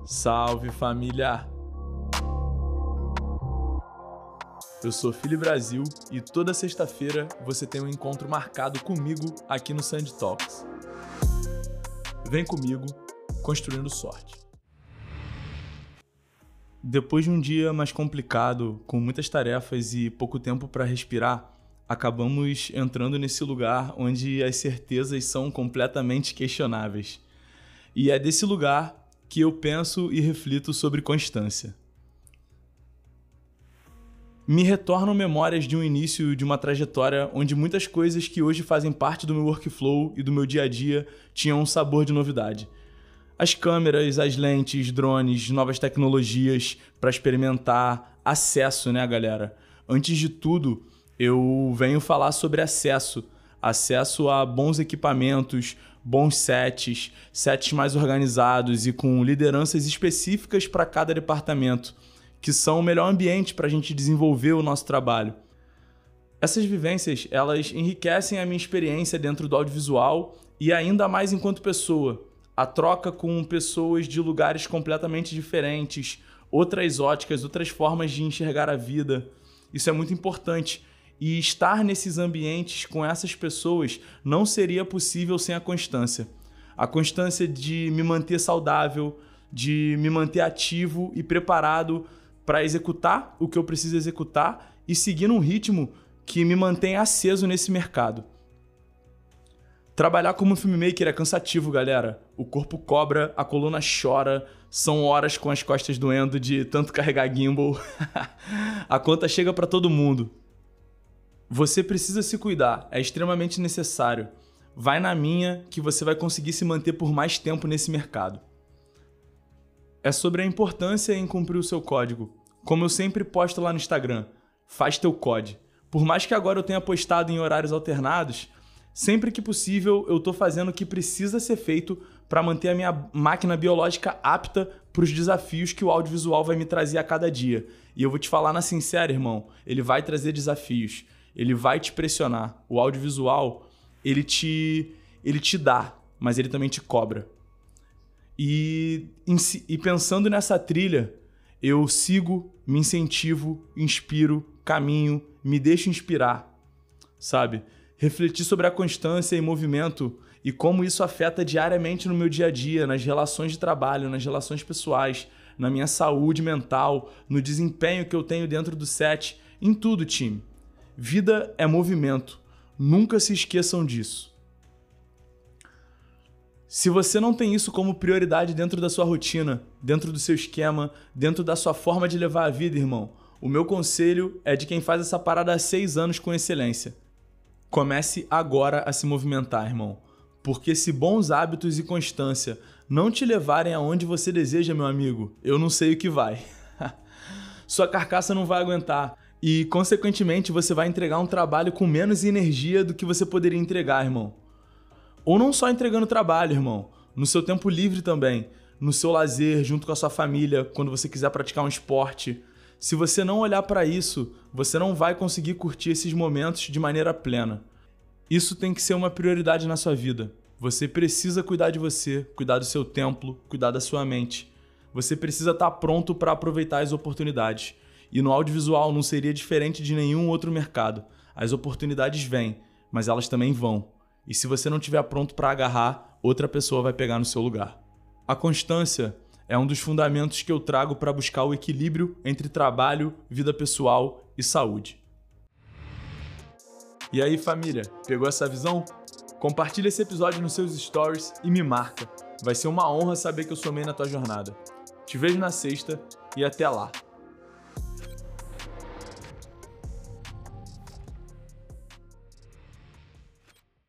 Salve, família! Eu sou Fili Brasil e toda sexta-feira você tem um encontro marcado comigo aqui no Sand Talks. Vem comigo, construindo sorte. Depois de um dia mais complicado, com muitas tarefas e pouco tempo para respirar, acabamos entrando nesse lugar onde as certezas são completamente questionáveis. E é desse lugar que eu penso e reflito sobre constância. Me retornam memórias de um início de uma trajetória onde muitas coisas que hoje fazem parte do meu workflow e do meu dia a dia tinham um sabor de novidade. As câmeras, as lentes, drones, novas tecnologias para experimentar, acesso, né, galera? Antes de tudo, eu venho falar sobre acesso a bons equipamentos, bons sets mais organizados e com lideranças específicas para cada departamento, que são o melhor ambiente para a gente desenvolver o nosso trabalho. Essas vivências, elas enriquecem a minha experiência dentro do audiovisual e ainda mais enquanto pessoa. A troca com pessoas de lugares completamente diferentes, outras óticas, outras formas de enxergar a vida. Isso é muito importante. E estar nesses ambientes com essas pessoas não seria possível sem a constância. A constância de me manter saudável, de me manter ativo e preparado para executar o que eu preciso executar e seguir num ritmo que me mantém aceso nesse mercado. Trabalhar como filmmaker é cansativo, galera. O corpo cobra, a coluna chora, são horas com as costas doendo de tanto carregar gimbal. A conta chega para todo mundo. Você precisa se cuidar, é extremamente necessário. Vai na minha que você vai conseguir se manter por mais tempo nesse mercado. É sobre a importância em cumprir o seu código. Como eu sempre posto lá no Instagram, faz teu código. Por mais que agora eu tenha postado em horários alternados, sempre que possível eu tô fazendo o que precisa ser feito para manter a minha máquina biológica apta para os desafios que o audiovisual vai me trazer a cada dia. E eu vou te falar na sincera, irmão, ele vai trazer desafios. Ele vai te pressionar. O audiovisual, ele te dá, mas ele também te cobra. E pensando nessa trilha, eu sigo, me incentivo, inspiro, caminho, me deixo inspirar, sabe? Refletir sobre a constância e movimento e como isso afeta diariamente no meu dia a dia, nas relações de trabalho, nas relações pessoais, na minha saúde mental, no desempenho que eu tenho dentro do set, em tudo, time. Vida é movimento. Nunca se esqueçam disso. Se você não tem isso como prioridade dentro da sua rotina, dentro do seu esquema, dentro da sua forma de levar a vida, irmão, o meu conselho é de quem faz essa parada há 6 anos com excelência. Comece agora a se movimentar, irmão. Porque se bons hábitos e constância não te levarem aonde você deseja, meu amigo, eu não sei o que vai. Sua carcaça não vai aguentar. E, consequentemente, você vai entregar um trabalho com menos energia do que você poderia entregar, irmão. Ou não só entregando trabalho, irmão. No seu tempo livre também. No seu lazer, junto com a sua família, quando você quiser praticar um esporte. Se você não olhar para isso, você não vai conseguir curtir esses momentos de maneira plena. Isso tem que ser uma prioridade na sua vida. Você precisa cuidar de você, cuidar do seu templo, cuidar da sua mente. Você precisa estar pronto para aproveitar as oportunidades. E no audiovisual não seria diferente de nenhum outro mercado. As oportunidades vêm, mas elas também vão. E se você não estiver pronto para agarrar, outra pessoa vai pegar no seu lugar. A constância é um dos fundamentos que eu trago para buscar o equilíbrio entre trabalho, vida pessoal e saúde. E aí, família, pegou essa visão? Compartilha esse episódio nos seus stories e me marca. Vai ser uma honra saber que eu somei na tua jornada. Te vejo na sexta e até lá.